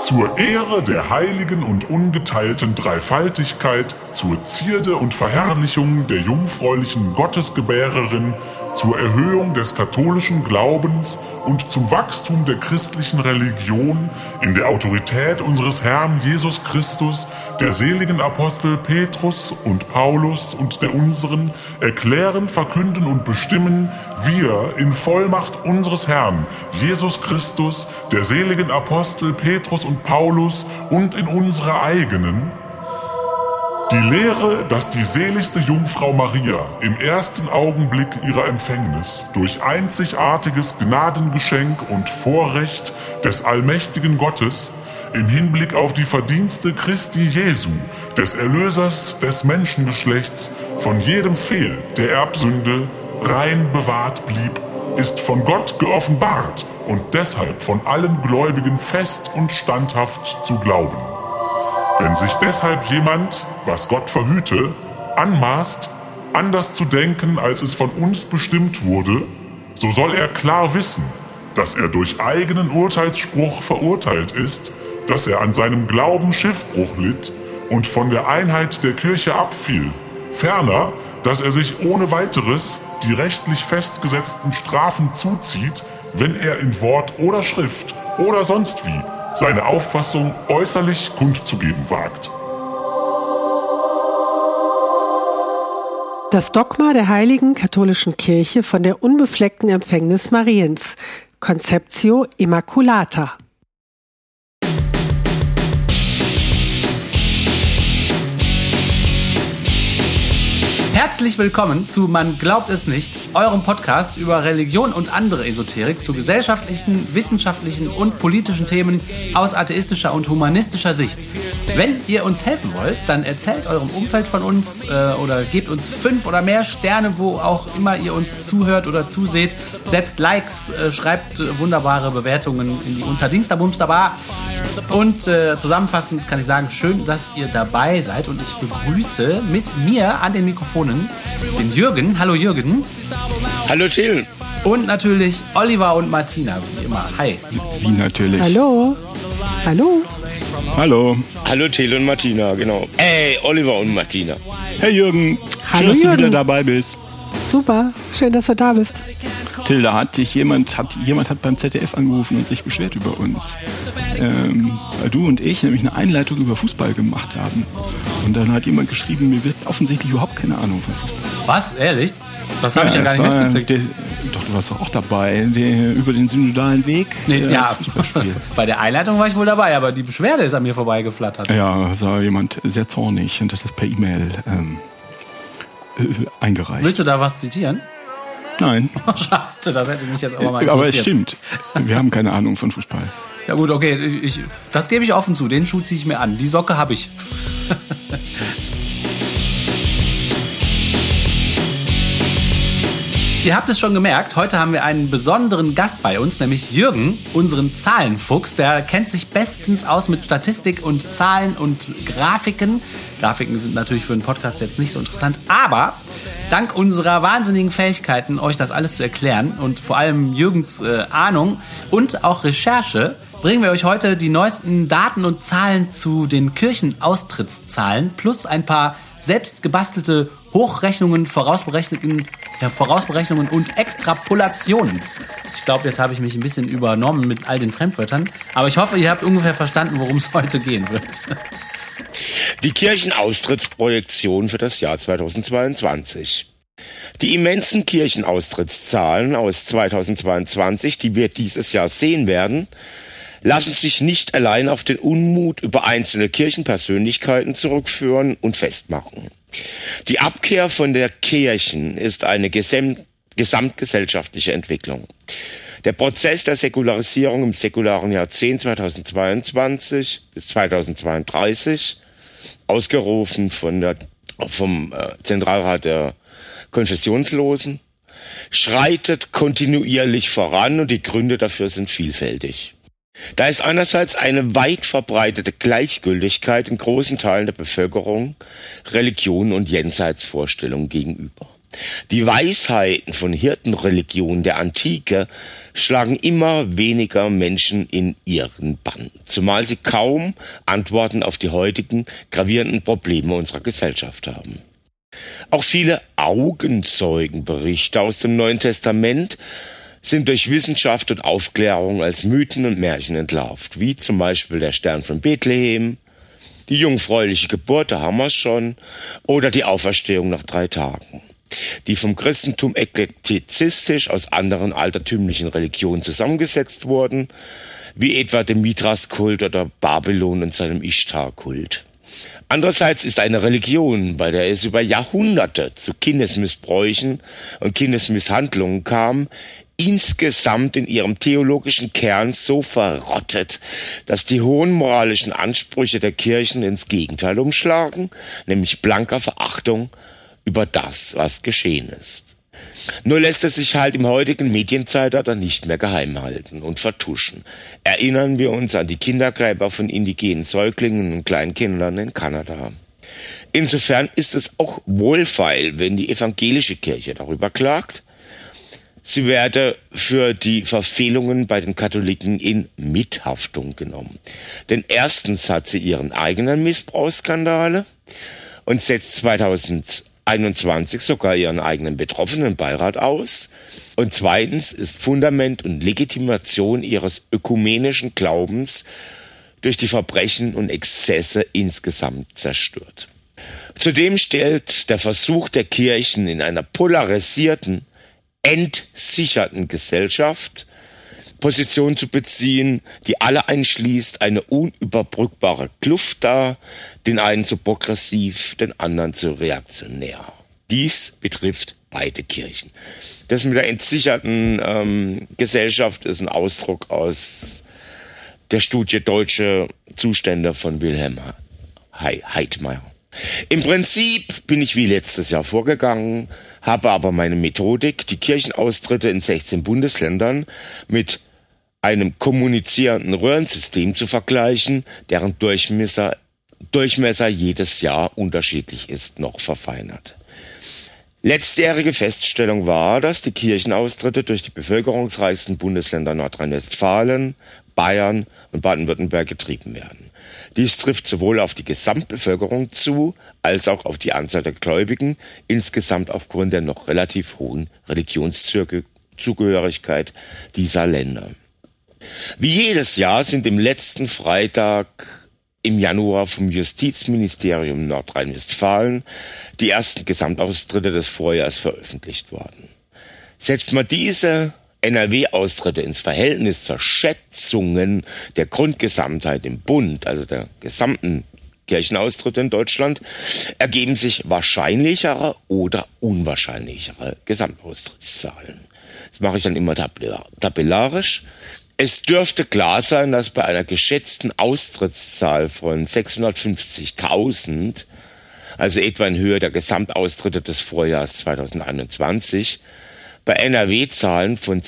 Zur Ehre der heiligen und ungeteilten Dreifaltigkeit, zur Zierde und Verherrlichung der jungfräulichen Gottesgebärerin, zur Erhöhung des katholischen Glaubens und zum Wachstum der christlichen Religion in der Autorität unseres Herrn Jesus Christus, der seligen Apostel Petrus und Paulus und der unseren, erklären, verkünden und bestimmen wir in Vollmacht unseres Herrn Jesus Christus, der seligen Apostel Petrus und Paulus und in unserer eigenen, die Lehre, dass die seligste Jungfrau Maria im ersten Augenblick ihrer Empfängnis durch einzigartiges Gnadengeschenk und Vorrecht des allmächtigen Gottes im Hinblick auf die Verdienste Christi Jesu, des Erlösers des Menschengeschlechts, von jedem Fehl der Erbsünde rein bewahrt blieb, ist von Gott geoffenbart und deshalb von allen Gläubigen fest und standhaft zu glauben. Wenn sich deshalb jemand, was Gott verhüte, anmaßt, anders zu denken, als es von uns bestimmt wurde, so soll er klar wissen, dass er durch eigenen Urteilsspruch verurteilt ist, dass er an seinem Glauben Schiffbruch litt und von der Einheit der Kirche abfiel. Ferner, dass er sich ohne weiteres die rechtlich festgesetzten Strafen zuzieht, wenn er in Wort oder Schrift oder sonst wie seine Auffassung äußerlich kundzugeben wagt. Das Dogma der Heiligen Katholischen Kirche von der unbefleckten Empfängnis Mariens, Conceptio Immaculata. Herzlich willkommen zu Man glaubt es nicht, eurem Podcast über Religion und andere Esoterik zu gesellschaftlichen, wissenschaftlichen und politischen Themen aus atheistischer und humanistischer Sicht. Wenn ihr uns helfen wollt, dann erzählt eurem Umfeld von uns oder gebt uns 5 oder mehr Sterne, wo auch immer ihr uns zuhört oder zuseht. Setzt Likes, schreibt wunderbare Bewertungen in die Unterdingsterbumsterbar. Und zusammenfassend kann ich sagen, schön, dass ihr dabei seid und ich begrüße mit mir an den Mikrofonen den Jürgen. Hallo Jürgen. Hallo Till. Und natürlich Oliver und Martina, wie immer. Hi. Wie natürlich. Hallo. Hallo. Hallo. Hallo Till und Martina, genau. Oliver und Martina. Hey Jürgen. Hallo schön, dass Jürgen. du wieder dabei bist. Super, schön, dass du da bist. Till, da hat jemand beim ZDF angerufen und sich beschwert über uns. Weil du und ich nämlich eine Einleitung über Fußball gemacht haben. Und dann hat jemand geschrieben, mir wird offensichtlich überhaupt keine Ahnung von Fußball. Was? Ehrlich? Das habe ich ja gar nicht mitgekriegt. Doch, du warst doch auch dabei. Über den synodalen Weg als Fußballspiel. Bei der Einleitung war ich wohl dabei, aber die Beschwerde ist an mir vorbeigeflattert. Ja, da war jemand sehr zornig und hat das per E-Mail eingereicht. Willst du da was zitieren? Nein. Schade, das hätte mich jetzt aber mal interessiert. Aber es stimmt. Wir haben keine Ahnung von Fußball. Ja gut, okay, das gebe ich offen zu. Den Schuh ziehe ich mir an. Die Socke habe ich. Ihr habt es schon gemerkt, heute haben wir einen besonderen Gast bei uns, nämlich Jürgen, unseren Zahlenfuchs. Der kennt sich bestens aus mit Statistik und Zahlen und Grafiken. Grafiken sind natürlich für einen Podcast jetzt nicht so interessant, aber dank unserer wahnsinnigen Fähigkeiten, euch das alles zu erklären und vor allem Jürgens Ahnung und auch Recherche, bringen wir euch heute die neuesten Daten und Zahlen zu den Kirchenaustrittszahlen plus ein paar selbst gebastelte Hochrechnungen, Vorausberechnungen und Extrapolationen. Ich glaube, jetzt habe ich mich ein bisschen übernommen mit all den Fremdwörtern, aber ich hoffe, ihr habt ungefähr verstanden, worum es heute gehen wird. Die Kirchenaustrittsprojektion für das Jahr 2022. Die immensen Kirchenaustrittszahlen aus 2022, die wir dieses Jahr sehen werden, lassen sich nicht allein auf den Unmut über einzelne Kirchenpersönlichkeiten zurückführen und festmachen. Die Abkehr von der Kirchen ist eine gesamtgesellschaftliche Entwicklung. Der Prozess der Säkularisierung im säkularen Jahrzehnt 2022 bis 2032, ausgerufen vom Zentralrat der Konfessionslosen, schreitet kontinuierlich voran und die Gründe dafür sind vielfältig. Da ist einerseits eine weit verbreitete Gleichgültigkeit in großen Teilen der Bevölkerung Religion und Jenseitsvorstellungen gegenüber. Die Weisheiten von Hirtenreligionen der Antike schlagen immer weniger Menschen in ihren Bann, zumal sie kaum Antworten auf die heutigen gravierenden Probleme unserer Gesellschaft haben. Auch viele Augenzeugenberichte aus dem Neuen Testament sind durch Wissenschaft und Aufklärung als Mythen und Märchen entlarvt, wie zum Beispiel der Stern von Bethlehem, die jungfräuliche Geburt, da haben wir es schon, oder die Auferstehung nach 3 Tagen, die vom Christentum eklektizistisch aus anderen altertümlichen Religionen zusammengesetzt wurden, wie etwa dem Mithras-Kult oder Babylon und seinem Ishtar-Kult. Andererseits ist eine Religion, bei der es über Jahrhunderte zu Kindesmissbräuchen und Kindesmisshandlungen kam, insgesamt in ihrem theologischen Kern so verrottet, dass die hohen moralischen Ansprüche der Kirchen ins Gegenteil umschlagen, nämlich blanker Verachtung über das, was geschehen ist. Nur lässt es sich halt im heutigen Medienzeitalter nicht mehr geheim halten und vertuschen. Erinnern wir uns an die Kindergräber von indigenen Säuglingen und Kleinkindern in Kanada. Insofern ist es auch wohlfeil, wenn die evangelische Kirche darüber klagt, sie werde für die Verfehlungen bei den Katholiken in Mithaftung genommen. Denn erstens hat sie ihren eigenen Missbrauchsskandale und setzt 2021 sogar ihren eigenen Betroffenenbeirat aus. Und zweitens ist Fundament und Legitimation ihres ökumenischen Glaubens durch die Verbrechen und Exzesse insgesamt zerstört. Zudem stellt der Versuch der Kirchen in einer polarisierten, entsicherten Gesellschaft Position zu beziehen, die alle einschließt, eine unüberbrückbare Kluft dar, den einen zu progressiv, den anderen zu reaktionär. Dies betrifft beide Kirchen. Das mit der entsicherten Gesellschaft ist ein Ausdruck aus der Studie Deutsche Zustände von Wilhelm Heidmeier. Im Prinzip bin ich wie letztes Jahr vorgegangen, habe aber meine Methodik, die Kirchenaustritte in 16 Bundesländern mit einem kommunizierenden Röhrensystem zu vergleichen, deren Durchmesser jedes Jahr unterschiedlich ist, noch verfeinert. Letztjährige Feststellung war, dass die Kirchenaustritte durch die bevölkerungsreichsten Bundesländer Nordrhein-Westfalen, Bayern und Baden-Württemberg getrieben werden. Dies trifft sowohl auf die Gesamtbevölkerung zu, als auch auf die Anzahl der Gläubigen, insgesamt aufgrund der noch relativ hohen Religionszugehörigkeit dieser Länder. Wie jedes Jahr sind im letzten Freitag im Januar vom Justizministerium Nordrhein-Westfalen die ersten Gesamtaustritte des Vorjahrs veröffentlicht worden. Setzt man diese NRW-Austritte ins Verhältnis zur Schätzungen der Grundgesamtheit im Bund, also der gesamten Kirchenaustritte in Deutschland, ergeben sich wahrscheinlichere oder unwahrscheinlichere Gesamtaustrittszahlen. Das mache ich dann immer tabellarisch. Es dürfte klar sein, dass bei einer geschätzten Austrittszahl von 650.000, also etwa in Höhe der Gesamtaustritte des Vorjahres 2021, bei NRW-Zahlen von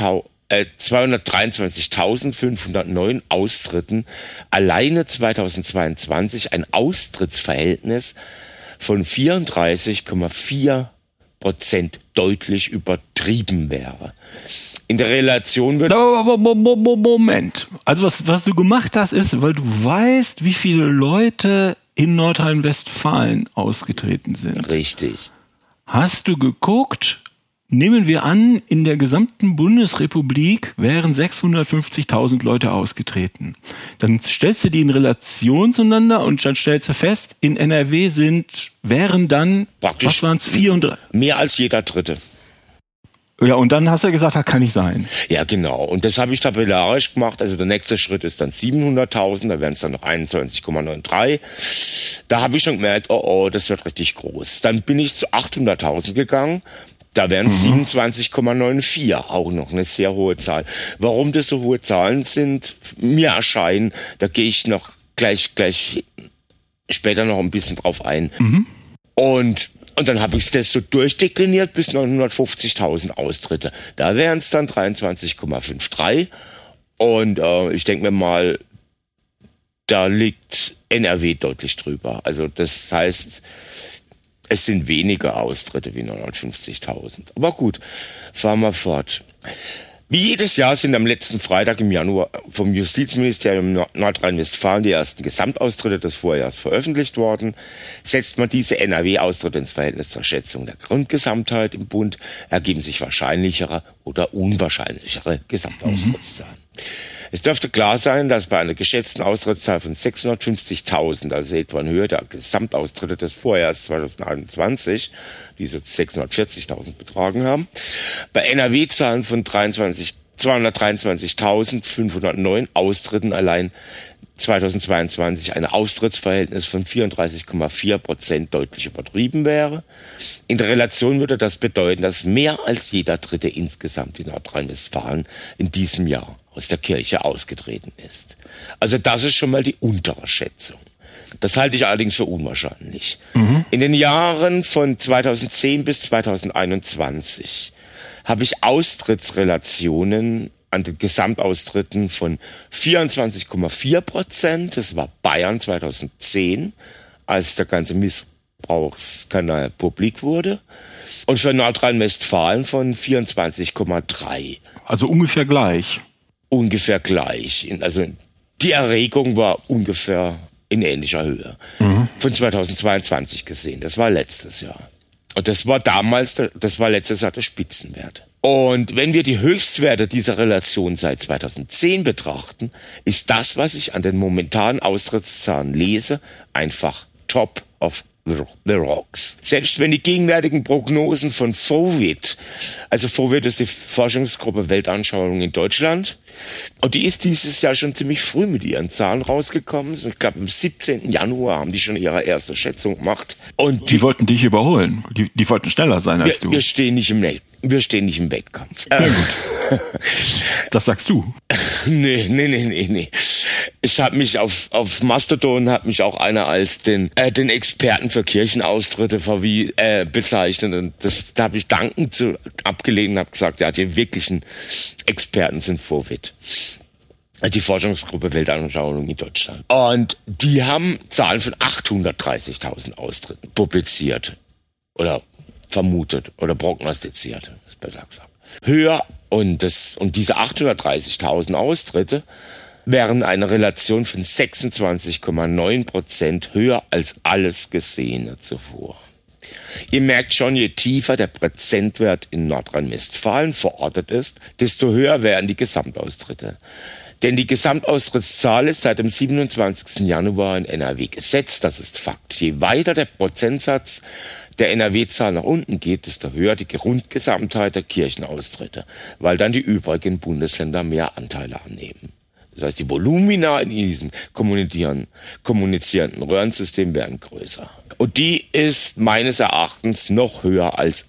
223.509 Austritten alleine 2022 ein Austrittsverhältnis von 34,4% deutlich übertrieben wäre. In der Relation wird... Moment. Also was du gemacht hast, ist, weil du weißt, wie viele Leute in Nordrhein-Westfalen ausgetreten sind. Richtig. Hast du geguckt... Nehmen wir an, in der gesamten Bundesrepublik wären 650.000 Leute ausgetreten. Dann stellst du die in Relation zueinander und dann stellst du fest, in NRW wären dann, praktisch, was waren es, 34? Mehr als jeder Dritte. Ja, und dann hast du gesagt, das kann nicht sein. Ja, genau. Und das habe ich tabellarisch gemacht. Also der nächste Schritt ist dann 700.000, da wären es dann noch 21,93. Da habe ich schon gemerkt, das wird richtig groß. Dann bin ich zu 800.000 gegangen. Da wären es 27,94, auch noch eine sehr hohe Zahl. Warum das so hohe Zahlen sind, mir erscheinen, da gehe ich noch gleich später noch ein bisschen drauf ein. Und dann habe ich das so durchdekliniert bis 950.000 Austritte. Da wären es dann 23,53. Und ich denke mir mal, da liegt NRW deutlich drüber. Also das heißt... Es sind weniger Austritte wie 950.000. Aber gut, fahren wir fort. Wie jedes Jahr sind am letzten Freitag im Januar vom Justizministerium Nordrhein-Westfalen die ersten Gesamtaustritte des Vorjahres veröffentlicht worden. Setzt man diese NRW-Austritte ins Verhältnis zur Schätzung der Grundgesamtheit im Bund, ergeben sich wahrscheinlichere oder unwahrscheinlichere Gesamtaustrittszahlen. Es dürfte klar sein, dass bei einer geschätzten Austrittszahl von 650.000, also etwa in Höhe der Gesamtaustritte des Vorjahres 2021, die so 640.000 betragen haben, bei NRW-Zahlen von 223.509 Austritten allein 2022 ein Austrittsverhältnis von 34,4% deutlich übertrieben wäre. In der Relation würde das bedeuten, dass mehr als jeder Dritte insgesamt in Nordrhein-Westfalen in diesem Jahr aus der Kirche ausgetreten ist. Also das ist schon mal die untere Schätzung. Das halte ich allerdings für unwahrscheinlich. In den Jahren von 2010 bis 2021 habe ich Austrittsrelationen an den Gesamtaustritten von 24,4%. Das war Bayern 2010, als der ganze Missbrauchsskandal publik wurde. Und für Nordrhein-Westfalen von 24,3%. Also ungefähr gleich. Ungefähr gleich. Also die Erregung war ungefähr in ähnlicher Höhe. Von 2022 gesehen. Das war letztes Jahr. Und das war letztes Jahr der Spitzenwert. Und wenn wir die Höchstwerte dieser Relation seit 2010 betrachten, ist das, was ich an den momentanen Austrittszahlen lese, einfach top of the rocks. Selbst wenn die gegenwärtigen Prognosen von FOVIT, also FOVIT ist die Forschungsgruppe Weltanschauung in Deutschland, und die ist dieses Jahr schon ziemlich früh mit ihren Zahlen rausgekommen. Ich glaube, am 17. Januar haben die schon ihre erste Schätzung gemacht. Und die wollten dich überholen. Die wollten schneller sein als du. Wir stehen nicht im Wettkampf. Das sagst du. Nee. Ich habe mich auf Mastodon hat mich auch einer als den Experten für Kirchenaustritte bezeichnet, und da habe ich dankend abgelehnt und habe gesagt, ja, die wirklichen Experten sind FOVIT, die Forschungsgruppe Weltanschauung in Deutschland. Und die haben Zahlen von 830.000 Austritten publiziert oder vermutet oder prognostiziert, ist besser gesagt. Höher, und diese 830.000 Austritte wären eine Relation von 26,9% höher als alles Gesehene zuvor. Ihr merkt schon, je tiefer der Prozentwert in Nordrhein-Westfalen verortet ist, desto höher wären die Gesamtaustritte. Denn die Gesamtaustrittszahl ist seit dem 27. Januar in NRW gesetzt, das ist Fakt. Je weiter der Prozentsatz der NRW-Zahl nach unten geht, desto höher die Grundgesamtheit der Kirchenaustritte, weil dann die übrigen Bundesländer mehr Anteile annehmen. Das heißt, die Volumina in diesem kommunizierenden Röhrensystem werden größer. Und die ist meines Erachtens noch höher als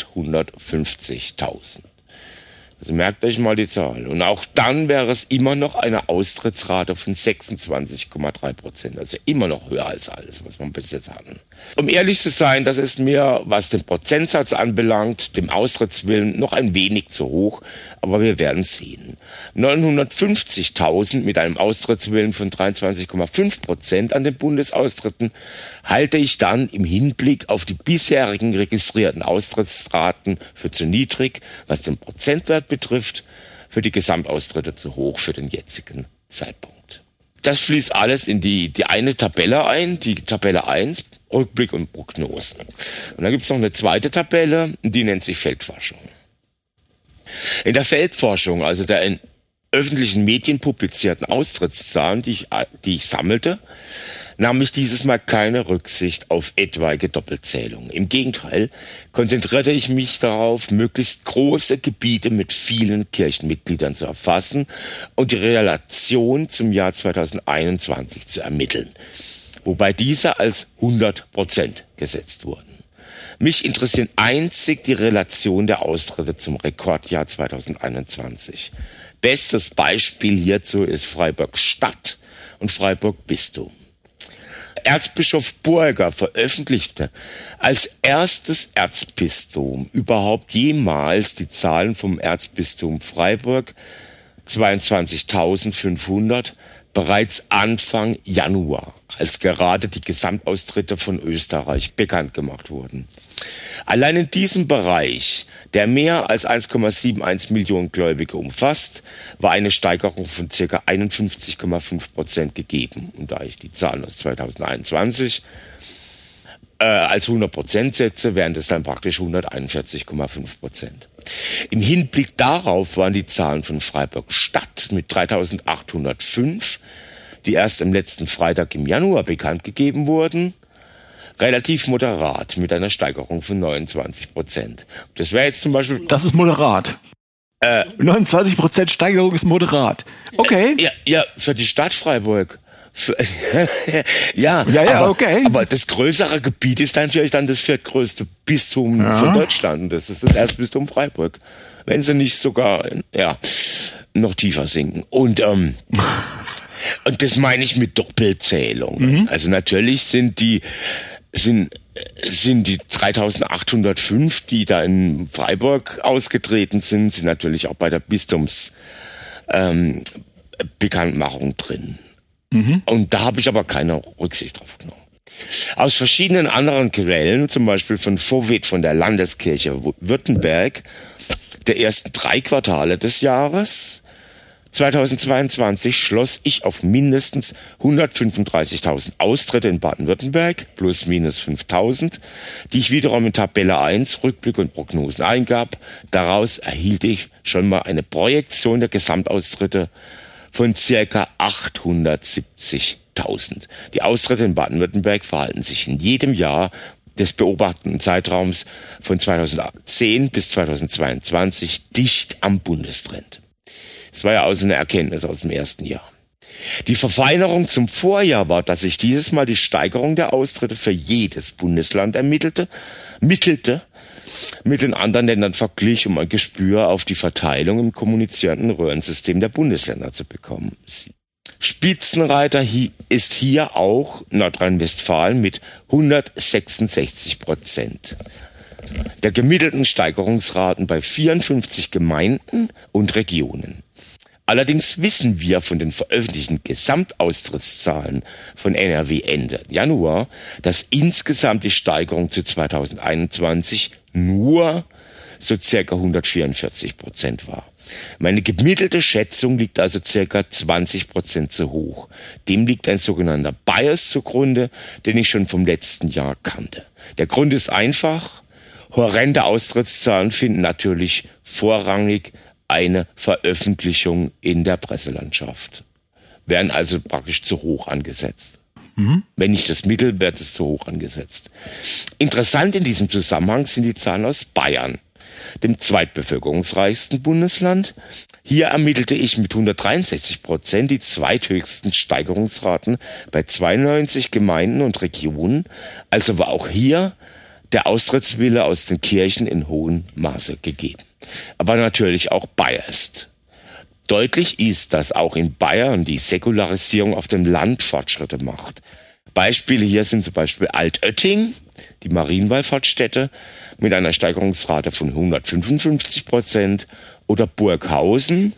850.000. Also merkt euch mal die Zahl. Und auch dann wäre es immer noch eine Austrittsrate von 26,3%. Also immer noch höher als alles, was wir bis jetzt hatten. Um ehrlich zu sein, das ist mir, was den Prozentsatz anbelangt, dem Austrittswillen, noch ein wenig zu hoch. Aber wir werden sehen. 950.000 mit einem Austrittswillen von 23,5% an den Bundesaustritten halte ich dann im Hinblick auf die bisherigen registrierten Austrittsraten für zu niedrig, was den Prozentwert betrifft, für die Gesamtaustritte zu hoch für den jetzigen Zeitpunkt. Das fließt alles in die eine Tabelle ein, die Tabelle 1, Rückblick und Prognosen. Und dann gibt es noch eine zweite Tabelle, die nennt sich Feldforschung. In der Feldforschung, also der in öffentlichen Medien publizierten Austrittszahlen, die ich sammelte, nahm ich dieses Mal keine Rücksicht auf etwaige Doppelzählungen. Im Gegenteil konzentrierte ich mich darauf, möglichst große Gebiete mit vielen Kirchenmitgliedern zu erfassen und die Relation zum Jahr 2021 zu ermitteln, wobei diese als 100% gesetzt wurden. Mich interessieren einzig die Relation der Austritte zum Rekordjahr 2021. Bestes Beispiel hierzu ist Freiburg Stadt und Freiburg Bistum. Erzbischof Burger veröffentlichte als erstes Erzbistum überhaupt jemals die Zahlen vom Erzbistum Freiburg, 22.500, bereits Anfang Januar, als gerade die Gesamtaustritte von Österreich bekannt gemacht wurden. Allein in diesem Bereich, der mehr als 1,71 Millionen Gläubige umfasst, war eine Steigerung von ca. 51,5% gegeben. Und da ich die Zahlen aus 2021 als 100% setze, wären das dann praktisch 141,5%. Im Hinblick darauf waren die Zahlen von Freiburg Stadt mit 3.805, die erst am letzten Freitag im Januar bekannt gegeben wurden, relativ moderat mit einer Steigerung von 29%. Das wäre jetzt zum Beispiel... Das ist moderat. 29% Steigerung ist moderat. Okay. Ja, für die Stadt Freiburg. Ja, okay. Aber das größere Gebiet ist natürlich dann das viertgrößte Bistum von Deutschland. Und das ist das Erzbistum Freiburg. Wenn sie nicht sogar noch tiefer sinken. Und das meine ich mit Doppelzählung. Also natürlich sind die 3.805, die da in Freiburg ausgetreten sind natürlich auch bei der Bistumsbekanntmachung drin. Und da habe ich aber keine Rücksicht drauf genommen. Aus verschiedenen anderen Quellen, zum Beispiel von Fovid von der Landeskirche Württemberg, der ersten 3 Quartale des Jahres 2022 schloss ich auf mindestens 135.000 Austritte in Baden-Württemberg, plus minus 5.000, die ich wiederum in Tabelle 1, Rückblick und Prognosen eingab. Daraus erhielt ich schon mal eine Projektion der Gesamtaustritte von circa 870.000. Die Austritte in Baden-Württemberg verhalten sich in jedem Jahr des beobachteten Zeitraums von 2010 bis 2022 dicht am Bundestrend. Das war ja auch so eine Erkenntnis aus dem ersten Jahr. Die Verfeinerung zum Vorjahr war, dass ich dieses Mal die Steigerung der Austritte für jedes Bundesland mittelte, mit den anderen Ländern verglich, um ein Gespür auf die Verteilung im kommunizierenden Röhrensystem der Bundesländer zu bekommen. Spitzenreiter ist hier auch Nordrhein-Westfalen mit 166% der gemittelten Steigerungsraten bei 54 Gemeinden und Regionen. Allerdings wissen wir von den veröffentlichten Gesamtaustrittszahlen von NRW Ende Januar, dass insgesamt die Steigerung zu 2021 nur so circa 144% war. Meine gemittelte Schätzung liegt also circa 20% zu hoch. Dem liegt ein sogenannter Bias zugrunde, den ich schon vom letzten Jahr kannte. Der Grund ist einfach: horrende Austrittszahlen finden natürlich vorrangig eine Veröffentlichung in der Presselandschaft. Werden also praktisch zu hoch angesetzt. Wenn nicht das Mittel, wird es zu hoch angesetzt. Interessant in diesem Zusammenhang sind die Zahlen aus Bayern, dem zweitbevölkerungsreichsten Bundesland. Hier ermittelte ich mit 163% die zweithöchsten Steigerungsraten bei 92 Gemeinden und Regionen. Also war auch hier der Austrittswille aus den Kirchen in hohem Maße gegeben. Aber natürlich auch biased. Deutlich ist, dass auch in Bayern die Säkularisierung auf dem Land Fortschritte macht. Beispiele hier sind zum Beispiel Altötting, die Marienwallfahrtsstätte, mit einer Steigerungsrate von 155%, oder Burghausen,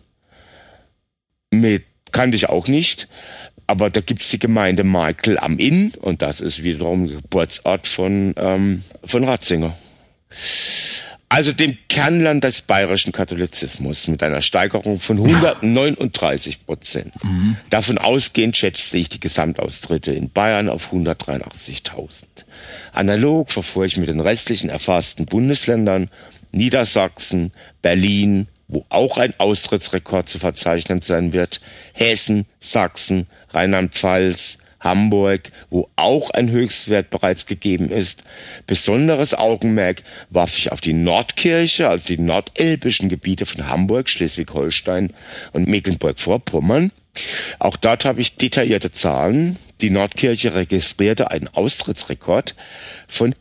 kannte ich auch nicht, aber da gibt's die Gemeinde Markl am Inn, und das ist wiederum Geburtsort von Ratzinger. Also dem Kernland des bayerischen Katholizismus mit einer Steigerung von 139%. Davon ausgehend schätzte ich die Gesamtaustritte in Bayern auf 183.000. Analog verfuhr ich mit den restlichen erfassten Bundesländern Niedersachsen, Berlin, wo auch ein Austrittsrekord zu verzeichnen sein wird, Hessen, Sachsen, Rheinland-Pfalz, Hamburg, wo auch ein Höchstwert bereits gegeben ist. Besonderes Augenmerk warf ich auf die Nordkirche, also die nordelbischen Gebiete von Hamburg, Schleswig-Holstein und Mecklenburg-Vorpommern. Auch dort habe ich detaillierte Zahlen. Die Nordkirche registrierte einen Austrittsrekord von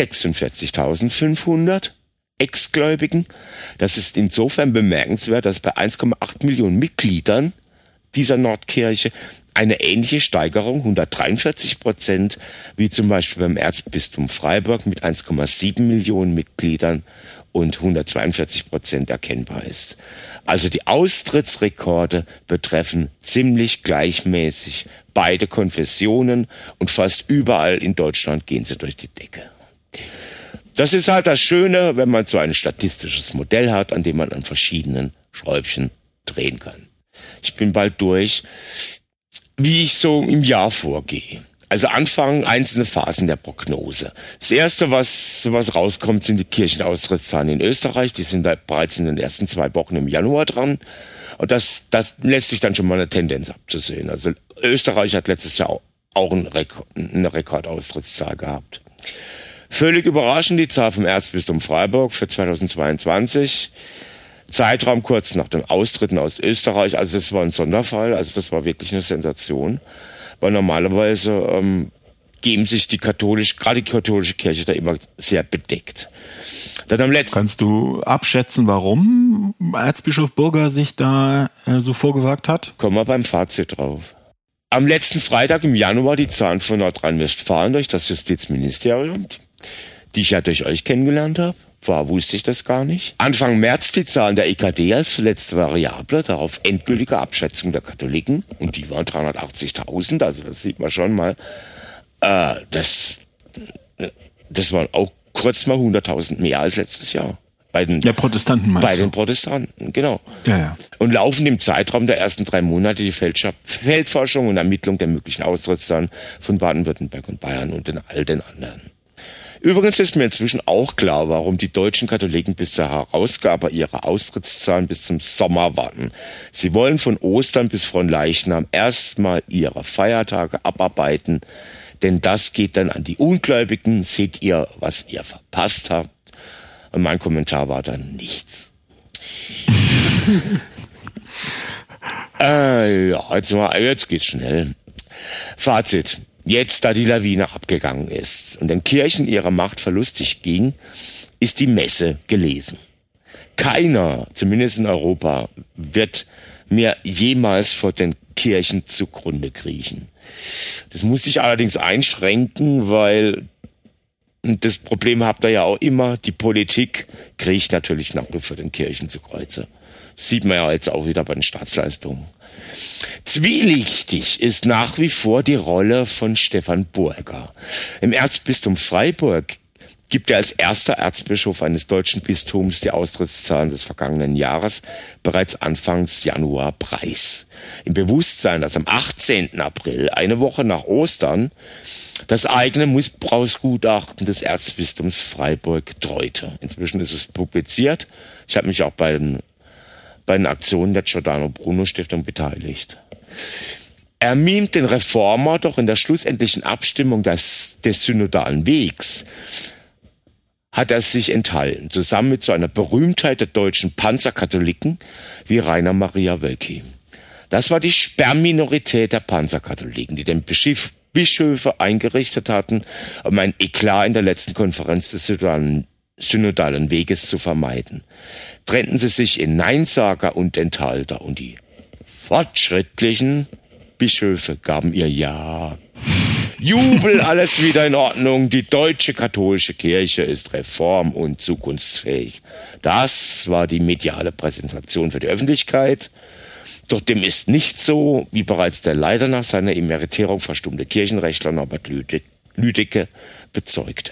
46.500 Ex-Gläubigen. Das ist insofern bemerkenswert, dass bei 1,8 Millionen Mitgliedern dieser Nordkirche eine ähnliche Steigerung, 143%, wie zum Beispiel beim Erzbistum Freiburg mit 1,7 Millionen Mitgliedern und 142% erkennbar ist. Also die Austrittsrekorde betreffen ziemlich gleichmäßig beide Konfessionen und fast überall in Deutschland gehen sie durch die Decke. Das ist halt das Schöne, wenn man so ein statistisches Modell hat, an dem man an verschiedenen Schräubchen drehen kann. Ich bin bald durch, wie ich so im Jahr vorgehe. Also anfangen einzelne Phasen der Prognose. Das Erste, was rauskommt, sind die Kirchenaustrittszahlen in Österreich. Die sind da bereits in den ersten 2 Wochen im Januar dran. Und das lässt sich dann schon mal eine Tendenz abzusehen. Also Österreich hat letztes Jahr auch eine Rekordaustrittszahl gehabt. Völlig überraschend die Zahl vom Erzbistum Freiburg für 2022. Zeitraum kurz nach dem Austritten aus Österreich. Also das war ein Sonderfall. Also das war wirklich eine Sensation. Weil normalerweise geben sich gerade die katholische Kirche da immer sehr bedeckt. Dann am letzten Kannst du abschätzen, warum Erzbischof Burger sich da so vorgewagt hat? Kommen wir beim Fazit drauf. Am letzten Freitag im Januar die Zahlen von Nordrhein-Westfalen durch das Justizministerium, die ich ja durch euch kennengelernt habe. Vorher wusste ich das gar nicht. Anfang März die Zahlen der EKD als letzte Variable, darauf endgültige Abschätzung der Katholiken. Und die waren 380.000, also das sieht man schon mal. Das waren auch kurz mal 100.000 mehr als letztes Jahr. Der Protestanten meinst du? Bei den Protestanten, genau. Ja. Und laufen im Zeitraum der ersten 3 Monate die Feldforschung und Ermittlung der möglichen Austrittszahlen von Baden-Württemberg und Bayern und all den anderen. Übrigens ist mir inzwischen auch klar, warum die deutschen Katholiken bis zur Herausgabe ihrer Austrittszahlen bis zum Sommer warten. Sie wollen von Ostern bis Fronleichnam erstmal ihre Feiertage abarbeiten, denn das geht dann an die Ungläubigen. Seht ihr, was ihr verpasst habt? Und mein Kommentar war dann nichts. Jetzt geht's schnell. Fazit. Jetzt, da die Lawine abgegangen ist und den Kirchen ihrer Macht verlustig ging, ist die Messe gelesen. Keiner, zumindest in Europa, wird mir jemals vor den Kirchen zugrunde kriechen. Das muss ich allerdings einschränken, weil das Problem habt ihr ja auch immer, die Politik kriecht natürlich nach wie vor den Kirchen zu Kreuze. Das sieht man ja jetzt auch wieder bei den Staatsleistungen. Zwielichtig ist nach wie vor die Rolle von Stefan Burger. Im Erzbistum Freiburg gibt er als erster Erzbischof eines deutschen Bistums die Austrittszahlen des vergangenen Jahres bereits Anfang Januar preis. Im Bewusstsein, dass am 18. April, eine Woche nach Ostern, das eigene Missbrauchsgutachten des Erzbistums Freiburg treute. Inzwischen ist es publiziert. Ich habe mich auch bei den Aktionen der Giordano Bruno Stiftung beteiligt. Er mimt den Reformer doch in der schlussendlichen Abstimmung des synodalen Wegs hat er sich enthalten, zusammen mit so einer Berühmtheit der deutschen Panzerkatholiken wie Rainer Maria Wölki. Das war die Sperrminorität der Panzerkatholiken, die den Bischöfe eingerichtet hatten, um ein Eklat in der letzten Konferenz des synodalen Weges zu vermeiden. Trennten sie sich in Neinsager und Enthalter und die fortschrittlichen Bischöfe gaben ihr Ja. Jubel, alles wieder in Ordnung. Die deutsche katholische Kirche ist reform- und zukunftsfähig. Das war die mediale Präsentation für die Öffentlichkeit. Doch dem ist nicht so, wie bereits der leider nach seiner Emeritierung verstummte Kirchenrechtler Norbert Lüdecke bezeugte.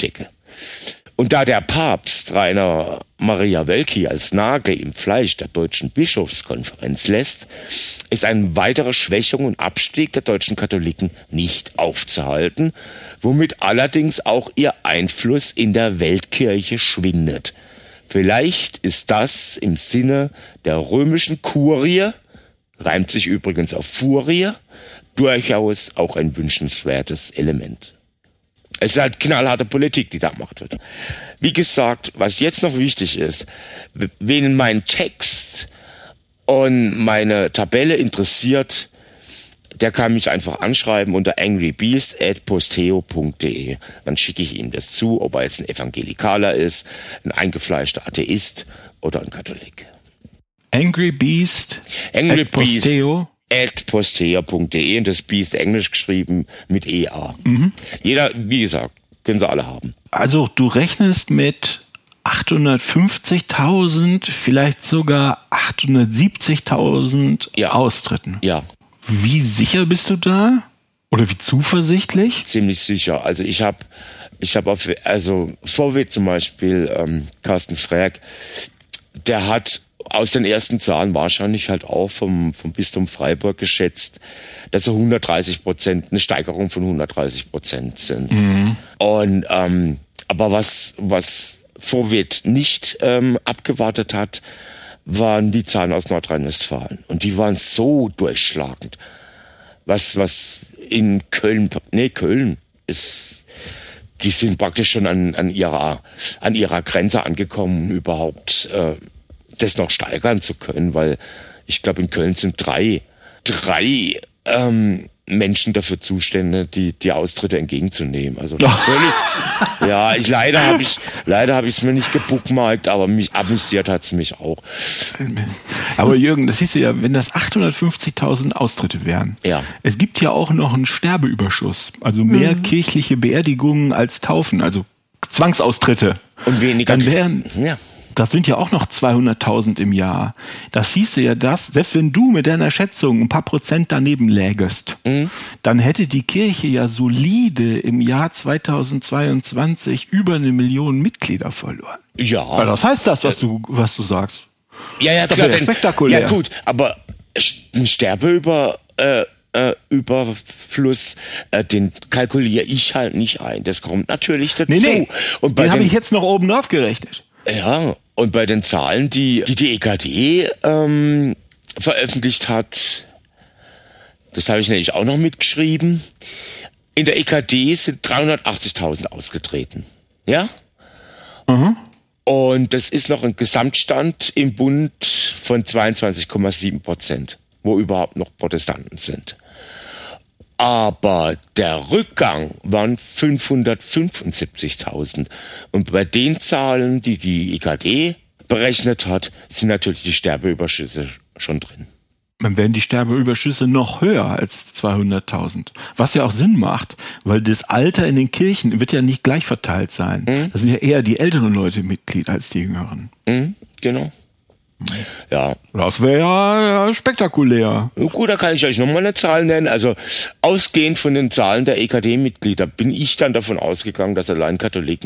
Und da der Papst Rainer Maria Wölki als Nagel im Fleisch der deutschen Bischofskonferenz lässt, ist eine weitere Schwächung und Abstieg der deutschen Katholiken nicht aufzuhalten, womit allerdings auch ihr Einfluss in der Weltkirche schwindet. Vielleicht ist das im Sinne der römischen Kurie, reimt sich übrigens auf Furie, durchaus auch ein wünschenswertes Element. Es ist halt knallharte Politik, die da gemacht wird. Wie gesagt, was jetzt noch wichtig ist, wen mein Text und meine Tabelle interessiert, der kann mich einfach anschreiben unter angrybeast@posteo.de. Dann schicke ich ihm das zu, ob er jetzt ein Evangelikaler ist, ein eingefleischter Atheist oder ein Katholik. Angrybeast@posteo. @posteo.de und das Beast englisch geschrieben mit EA. Jeder, wie gesagt, können sie alle haben. Also du rechnest mit 850.000, vielleicht sogar 870.000 Austritten. Ja. Wie sicher bist du da? Oder wie zuversichtlich? Ziemlich sicher. Also ich habe VW zum Beispiel, Carsten Frerk, der hat aus den ersten Zahlen wahrscheinlich halt auch vom Bistum Freiburg geschätzt, dass so 130%, eine Steigerung von 130% sind. Mhm. Und aber was Vorwärts nicht abgewartet hat, waren die Zahlen aus Nordrhein-Westfalen. Und die waren so durchschlagend. Was in Köln ist, die sind praktisch schon an ihrer Grenze angekommen, überhaupt das noch steigern zu können, weil ich glaube, in Köln sind drei Menschen dafür zuständig, die Austritte entgegenzunehmen. Also völlig. Ja, leider habe ich es mir nicht gebookmarkt, aber mich amüsiert hat es mich auch. Aber Jürgen, das hieß ja, wenn das 850.000 Austritte wären. Ja. Es gibt ja auch noch einen Sterbeüberschuss, also mehr kirchliche Beerdigungen als Taufen, also Zwangsaustritte. Und weniger. Dann wären das sind ja auch noch 200.000 im Jahr. Das hieße ja, dass, selbst wenn du mit deiner Schätzung ein paar Prozent daneben lägest, dann hätte die Kirche ja solide im Jahr 2022 über 1 Million Mitglieder verloren. Ja. Weil das heißt das, was du sagst. Ja, das klar. Wäre spektakulär. Ja, gut, aber ein Sterbeüberfluss, den kalkuliere ich halt nicht ein. Das kommt natürlich dazu. Nee. Und den habe ich jetzt noch oben drauf gerechnet. Ja, und bei den Zahlen, die EKD veröffentlicht hat, das habe ich nämlich auch noch mitgeschrieben, in der EKD sind 380.000 ausgetreten. Ja? Mhm. Und das ist noch ein Gesamtstand im Bund von 22,7%, wo überhaupt noch Protestanten sind. Aber der Rückgang waren 575.000. Und bei den Zahlen, die EKD berechnet hat, sind natürlich die Sterbeüberschüsse schon drin. Dann werden die Sterbeüberschüsse noch höher als 200.000. Was ja auch Sinn macht, weil das Alter in den Kirchen wird ja nicht gleich verteilt sein. Da sind ja eher die älteren Leute Mitglied als die jüngeren. Genau. Ja. Das wäre ja spektakulär. Gut, da kann ich euch nochmal eine Zahl nennen. Also ausgehend von den Zahlen der EKD-Mitglieder bin ich dann davon ausgegangen, dass allein Katholiken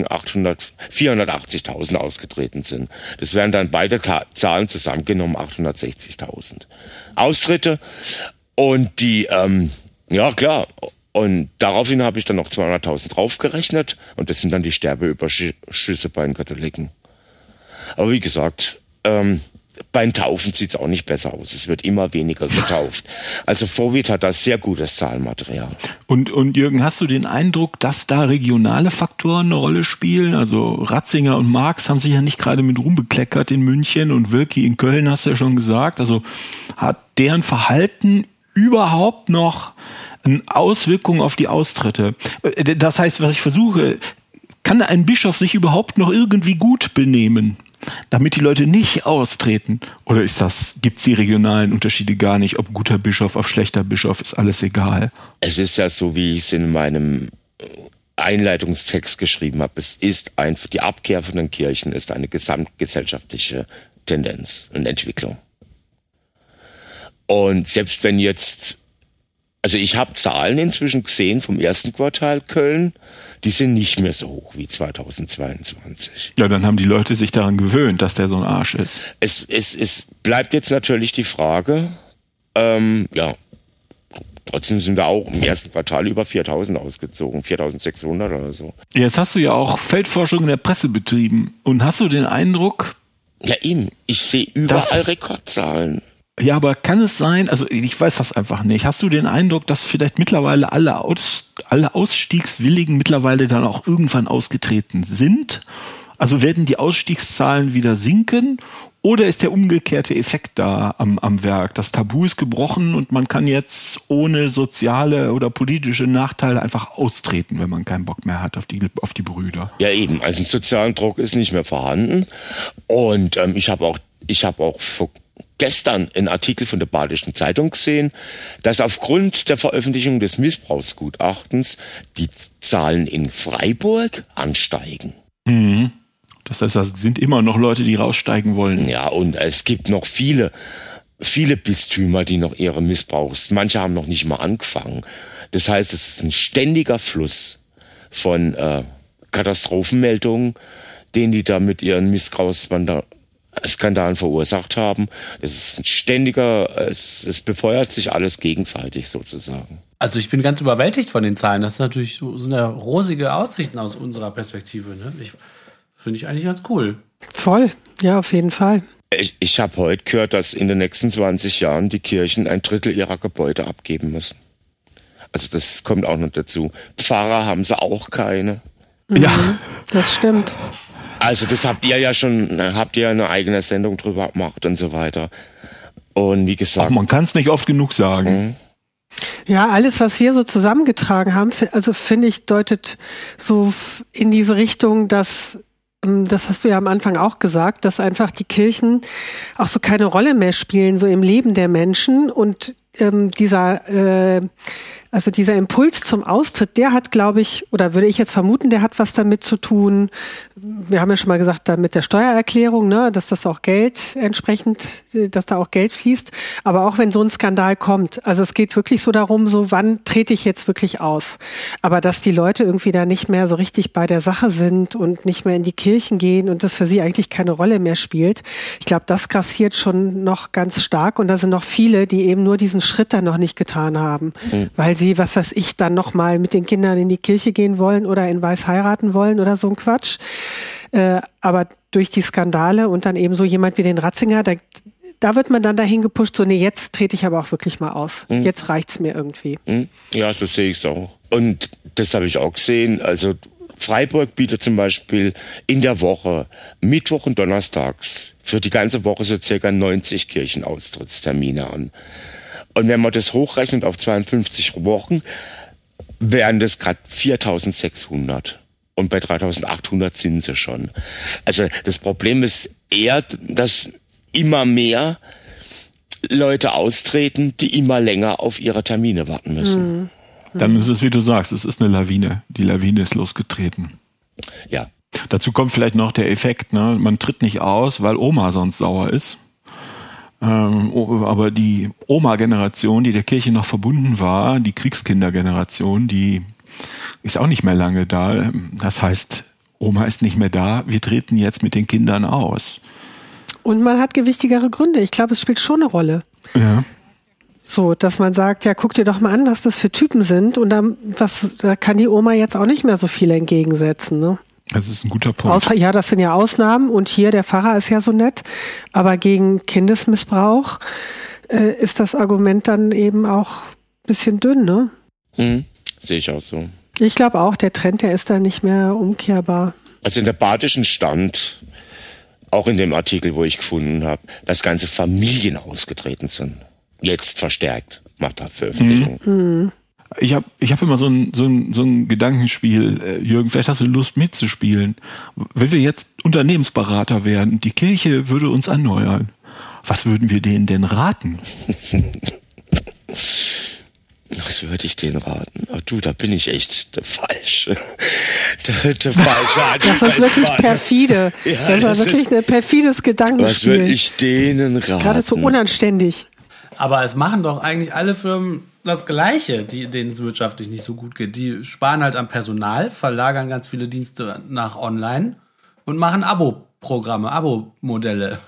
480.000 ausgetreten sind. Das wären dann beide Zahlen zusammengenommen 860.000 Austritte. Und die, ja klar, und daraufhin habe ich dann noch 200.000 draufgerechnet und das sind dann die Sterbeüberschüsse bei den Katholiken. Aber wie gesagt, bei den Taufen sieht es auch nicht besser aus. Es wird immer weniger getauft. Also Vorwied hat da sehr gutes Zahlmaterial. Und Jürgen, hast du den Eindruck, dass da regionale Faktoren eine Rolle spielen? Also Ratzinger und Marx haben sich ja nicht gerade mit Ruhm bekleckert in München und Wilki in Köln, hast du ja schon gesagt. Also hat deren Verhalten überhaupt noch eine Auswirkung auf die Austritte? Das heißt, was ich versuche, kann ein Bischof sich überhaupt noch irgendwie gut benehmen, damit die Leute nicht austreten? Oder gibt es die regionalen Unterschiede gar nicht? Ob guter Bischof, ob schlechter Bischof, ist alles egal? Es ist ja so, wie ich es in meinem Einleitungstext geschrieben habe. Die Abkehr von den Kirchen ist eine gesamtgesellschaftliche Tendenz und Entwicklung. Und selbst wenn jetzt, also ich habe Zahlen inzwischen gesehen vom ersten Quartal Köln, die sind nicht mehr so hoch wie 2022. Ja, dann haben die Leute sich daran gewöhnt, dass der so ein Arsch ist. Es bleibt jetzt natürlich die Frage, trotzdem sind da auch im ersten Quartal über 4.000 ausgezogen, 4.600 oder so. Jetzt hast du ja auch Feldforschung in der Presse betrieben. Und hast du den Eindruck... Ja eben, ich sehe überall Rekordzahlen. Ja, aber kann es sein, also ich weiß das einfach nicht, hast du den Eindruck, dass vielleicht mittlerweile alle Ausstiegswilligen mittlerweile dann auch irgendwann ausgetreten sind? Also werden die Ausstiegszahlen wieder sinken? Oder ist der umgekehrte Effekt da am Werk? Das Tabu ist gebrochen und man kann jetzt ohne soziale oder politische Nachteile einfach austreten, wenn man keinen Bock mehr hat auf die Brüder. Ja eben, also ein sozialen Druck ist nicht mehr vorhanden. Und ich habe auch gestern einen Artikel von der Badischen Zeitung gesehen, dass aufgrund der Veröffentlichung des Missbrauchsgutachtens die Zahlen in Freiburg ansteigen. Mhm. Das heißt, da sind immer noch Leute, die raussteigen wollen. Ja, und es gibt noch viele Bistümer, die noch ihre manche haben noch nicht mal angefangen. Das heißt, es ist ein ständiger Fluss von Katastrophenmeldungen, den die da mit ihren Missbrauchsskandalen verursacht haben. Es ist ein es befeuert sich alles gegenseitig sozusagen. Also ich bin ganz überwältigt von den Zahlen. Das sind ja rosige Aussichten aus unserer Perspektive. Ne? Finde ich eigentlich ganz cool. Voll, ja, auf jeden Fall. Ich habe heute gehört, dass in den nächsten 20 Jahren die Kirchen 1/3 ihrer Gebäude abgeben müssen. Also das kommt auch noch dazu. Pfarrer haben sie auch keine. Ja, das stimmt. Also das habt ihr ja eine eigene Sendung drüber gemacht und so weiter. Und wie gesagt... Ach, man kann es nicht oft genug sagen. Ja, alles, was wir so zusammengetragen haben, also finde ich, deutet so in diese Richtung, dass, das hast du ja am Anfang auch gesagt, dass einfach die Kirchen auch so keine Rolle mehr spielen, so im Leben der Menschen und dieser Impuls zum Austritt, der hat, glaube ich, oder würde ich jetzt vermuten, der hat was damit zu tun. Wir haben ja schon mal gesagt, da mit der Steuererklärung, ne, dass das auch Geld entsprechend, dass da auch Geld fließt. Aber auch wenn so ein Skandal kommt, also es geht wirklich so darum, so wann trete ich jetzt wirklich aus? Aber dass die Leute irgendwie da nicht mehr so richtig bei der Sache sind und nicht mehr in die Kirchen gehen und das für sie eigentlich keine Rolle mehr spielt. Ich glaube, das grassiert schon noch ganz stark und da sind noch viele, die eben nur diesen Schritt dann noch nicht getan haben, weil sie, was weiß ich, dann nochmal mit den Kindern in die Kirche gehen wollen oder in Weiß heiraten wollen oder so ein Quatsch. Aber durch die Skandale und dann eben so jemand wie den Ratzinger, da wird man dann dahin gepusht, so nee, jetzt trete ich aber auch wirklich mal aus. Jetzt reicht's mir irgendwie. Ja, so sehe ich es auch. Und das habe ich auch gesehen. Also Freiburg bietet zum Beispiel in der Woche, Mittwoch und Donnerstags, für die ganze Woche so circa 90 Kirchenaustrittstermine an. Und wenn man das hochrechnet auf 52 Wochen, wären das gerade 4.600. Und bei 3.800 sind sie schon. Also das Problem ist eher, dass immer mehr Leute austreten, die immer länger auf ihre Termine warten müssen. Dann ist es, wie du sagst, es ist eine Lawine. Die Lawine ist losgetreten. Ja. Dazu kommt vielleicht noch der Effekt, ne? Man tritt nicht aus, weil Oma sonst sauer ist. Aber die Oma-Generation, die der Kirche noch verbunden war, die Kriegskindergeneration, die ist auch nicht mehr lange da. Das heißt, Oma ist nicht mehr da, wir treten jetzt mit den Kindern aus. Und man hat gewichtigere Gründe. Ich glaube, es spielt schon eine Rolle. Ja. So, dass man sagt, ja, guck dir doch mal an, was das für Typen sind. Und da kann die Oma jetzt auch nicht mehr so viel entgegensetzen, ne? Das ist ein guter Punkt. Ja, das sind ja Ausnahmen und hier, der Pfarrer ist ja so nett, aber gegen Kindesmissbrauch ist das Argument dann eben auch ein bisschen dünn, ne? Sehe ich auch so. Ich glaube auch, der Trend, der ist da nicht mehr umkehrbar. Also in der Badischen stand, auch in dem Artikel, wo ich gefunden habe, dass ganze Familien ausgetreten sind. Jetzt verstärkt, macht er Veröffentlichung. Ich hab immer so ein Gedankenspiel, Jürgen, vielleicht hast du Lust mitzuspielen. Wenn wir jetzt Unternehmensberater wären, die Kirche würde uns erneuern, was würden wir denen denn raten? Was würde ich denen raten? Ach du, da bin ich echt der Falsche. Der Falsche. Das ist wirklich perfide. Ja, das war wirklich ein perfides Gedankenspiel. Was würde ich denen raten? Geradezu unanständig. Aber es machen doch eigentlich alle Firmen das Gleiche, denen es wirtschaftlich nicht so gut geht. Die sparen halt am Personal, verlagern ganz viele Dienste nach online und machen Abo-Programme, Abo-Modelle.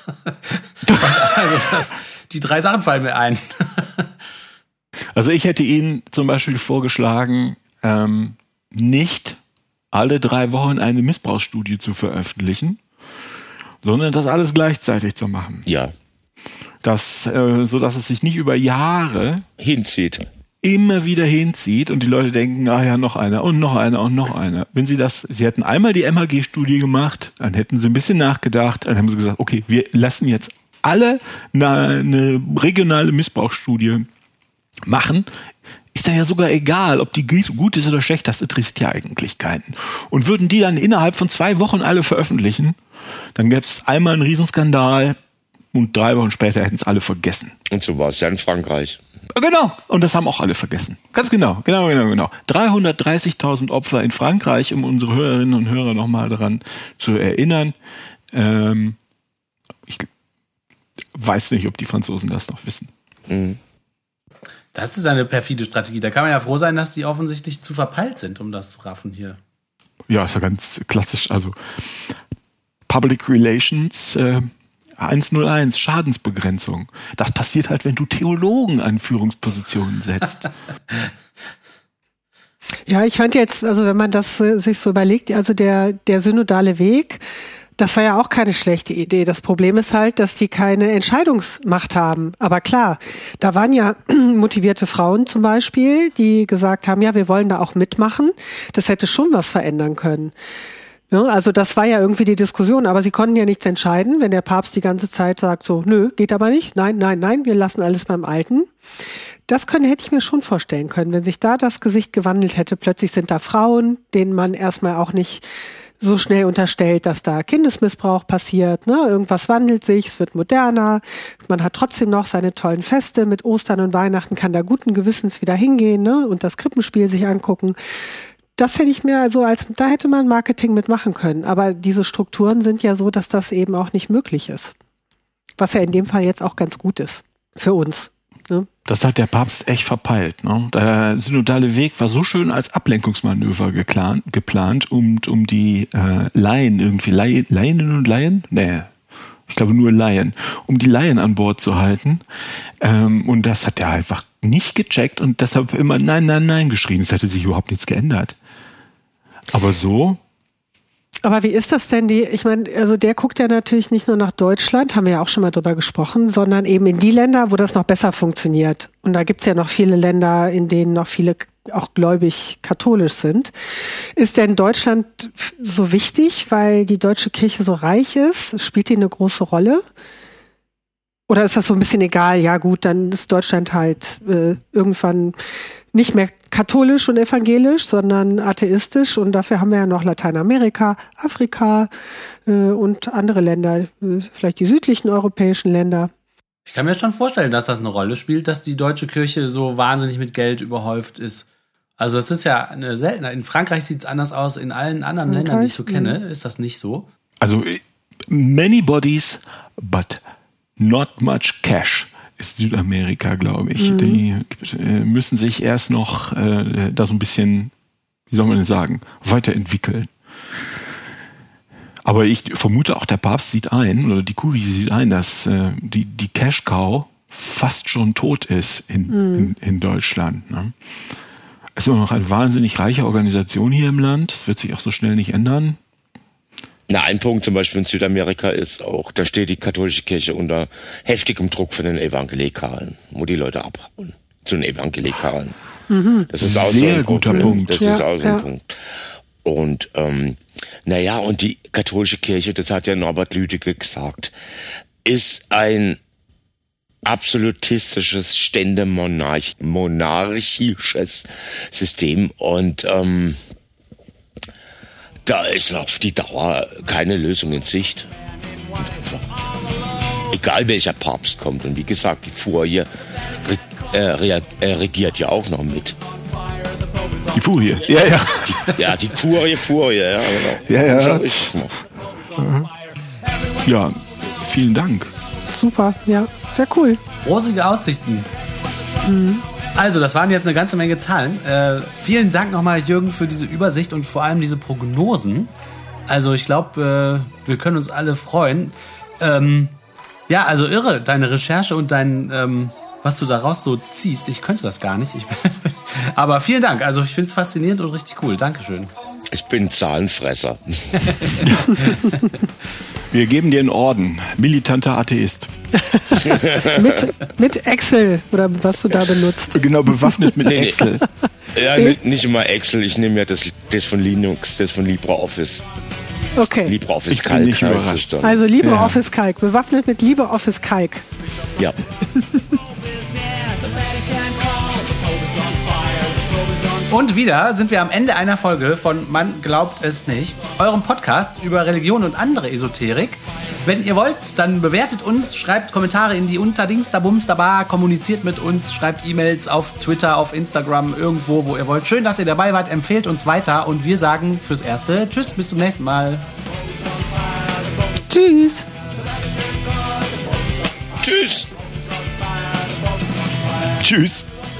Die 3 Sachen fallen mir ein. Also ich hätte Ihnen zum Beispiel vorgeschlagen, nicht alle 3 Wochen eine Missbrauchsstudie zu veröffentlichen, sondern das alles gleichzeitig zu machen. Ja. So dass es sich nicht über Jahre hinzieht. Immer wieder hinzieht und die Leute denken, ah ja, noch einer und noch einer und noch einer. Wenn Sie hätten einmal die MHG-Studie gemacht, dann hätten Sie ein bisschen nachgedacht, dann haben Sie gesagt, okay, wir lassen jetzt alle eine regionale Missbrauchsstudie machen. Ist dann ja sogar egal, ob die gut ist oder schlecht, das interessiert ja eigentlich keinen. Und würden die dann innerhalb von 2 Wochen alle veröffentlichen, dann gäbe es einmal einen Riesenskandal, und 3 Wochen später hätten es alle vergessen. Und so war es ja in Frankreich. Genau, und das haben auch alle vergessen. Ganz genau. 330.000 Opfer in Frankreich, um unsere Hörerinnen und Hörer nochmal daran zu erinnern. Ich weiß nicht, ob die Franzosen das noch wissen. Das ist eine perfide Strategie. Da kann man ja froh sein, dass die offensichtlich zu verpeilt sind, um das zu raffen hier. Ja, ist ja ganz klassisch. Also Public Relations 101, Schadensbegrenzung. Das passiert halt, wenn du Theologen an Führungspositionen setzt. Ja, ich fand jetzt, also wenn man das sich so überlegt, also der synodale Weg, das war ja auch keine schlechte Idee. Das Problem ist halt, dass die keine Entscheidungsmacht haben. Aber klar, da waren ja motivierte Frauen zum Beispiel, die gesagt haben, ja, wir wollen da auch mitmachen. Das hätte schon was verändern können. Ja, also das war ja irgendwie die Diskussion, aber sie konnten ja nichts entscheiden, wenn der Papst die ganze Zeit sagt so, nö, geht aber nicht, nein, wir lassen alles beim Alten. Das hätte ich mir schon vorstellen können, wenn sich da das Gesicht gewandelt hätte. Plötzlich sind da Frauen, denen man erstmal auch nicht so schnell unterstellt, dass da Kindesmissbrauch passiert, ne? Irgendwas wandelt sich, es wird moderner, man hat trotzdem noch seine tollen Feste mit Ostern und Weihnachten, kann da guten Gewissens wieder hingehen, ne? Und das Krippenspiel sich angucken. Das hätte ich mir da hätte man Marketing mitmachen können. Aber diese Strukturen sind ja so, dass das eben auch nicht möglich ist. Was ja in dem Fall jetzt auch ganz gut ist. Für uns. Ne? Das hat der Papst echt verpeilt. Ne? Der synodale Weg war so schön als Ablenkungsmanöver geplant, um die Laien irgendwie, Laien und Laien? Nee. Ich glaube nur Laien, um die Laien an Bord zu halten. Und das hat er einfach nicht gecheckt und deshalb immer Nein geschrien. Es hätte sich überhaupt nichts geändert. Aber so. Aber wie ist das denn? Ich meine, also der guckt ja natürlich nicht nur nach Deutschland, haben wir ja auch schon mal drüber gesprochen, sondern eben in die Länder, wo das noch besser funktioniert. Und da gibt's ja noch viele Länder, in denen noch viele auch gläubig katholisch sind. Ist denn Deutschland so wichtig, weil die deutsche Kirche so reich ist? Spielt die eine große Rolle? Oder ist das so ein bisschen egal? Ja gut, dann ist Deutschland halt irgendwann nicht mehr katholisch und evangelisch, sondern atheistisch. Und dafür haben wir ja noch Lateinamerika, Afrika und andere Länder, vielleicht die südlichen europäischen Länder. Ich kann mir schon vorstellen, dass das eine Rolle spielt, dass die deutsche Kirche so wahnsinnig mit Geld überhäuft ist. Also es ist ja eine Seltenheit. In Frankreich sieht es anders aus, in allen anderen Ländern, die ich so kenne, ist das nicht so. Also many bodies, but not much cash ist Südamerika, glaube ich. Die müssen sich erst noch da so ein bisschen, wie soll man denn sagen, weiterentwickeln. Aber ich vermute auch, der Papst sieht ein, oder die Kurie sieht ein, dass die Cash-Cow fast schon tot ist in Deutschland. Ne? Es ist immer noch eine wahnsinnig reiche Organisation hier im Land. Das wird sich auch so schnell nicht ändern. Na, ein Punkt zum Beispiel in Südamerika ist auch, da steht die katholische Kirche unter heftigem Druck von den Evangelikalen, wo die Leute abhauen zu den Evangelikalen. Das ist auch sehr so ein guter Punkt. Das ist auch so ein Punkt. Und und die katholische Kirche, das hat ja Norbert Lüdecke gesagt, ist ein absolutistisches, ständemonarchisches System und da ist auf die Dauer keine Lösung in Sicht. Einfach. Egal welcher Papst kommt. Und wie gesagt, die Furie regiert ja auch noch mit. Die Furie? Ja. Die Furie, ja, genau. Ja. Ja, vielen Dank. Super, ja, sehr cool. Rosige Aussichten. Also, das waren jetzt eine ganze Menge Zahlen. Vielen Dank nochmal, Jürgen, für diese Übersicht und vor allem diese Prognosen. Also, ich glaube, wir können uns alle freuen. Ja, also irre, deine Recherche und dein, was du daraus so ziehst. Ich könnte das gar nicht. Aber vielen Dank. Also, ich finde es faszinierend und richtig cool. Dankeschön. Ich bin Zahlenfresser. Wir geben dir einen Orden. Militanter Atheist. mit Excel oder was du da benutzt. Genau, bewaffnet mit Excel. Ja, nicht immer Excel. Ich nehme ja das von Linux, das von LibreOffice. Okay. LibreOffice Calc. Nicht überrascht. Also LibreOffice Calc. Bewaffnet mit LibreOffice Calc. Ja. Und wieder sind wir am Ende einer Folge von Man glaubt es nicht, eurem Podcast über Religion und andere Esoterik. Wenn ihr wollt, dann bewertet uns, schreibt Kommentare in die Unterdingsterbumsterbar, kommuniziert mit uns, schreibt E-Mails auf Twitter, auf Instagram, irgendwo, wo ihr wollt. Schön, dass ihr dabei wart, empfehlt uns weiter und wir sagen fürs Erste Tschüss, bis zum nächsten Mal. Tschüss. Tschüss. Tschüss.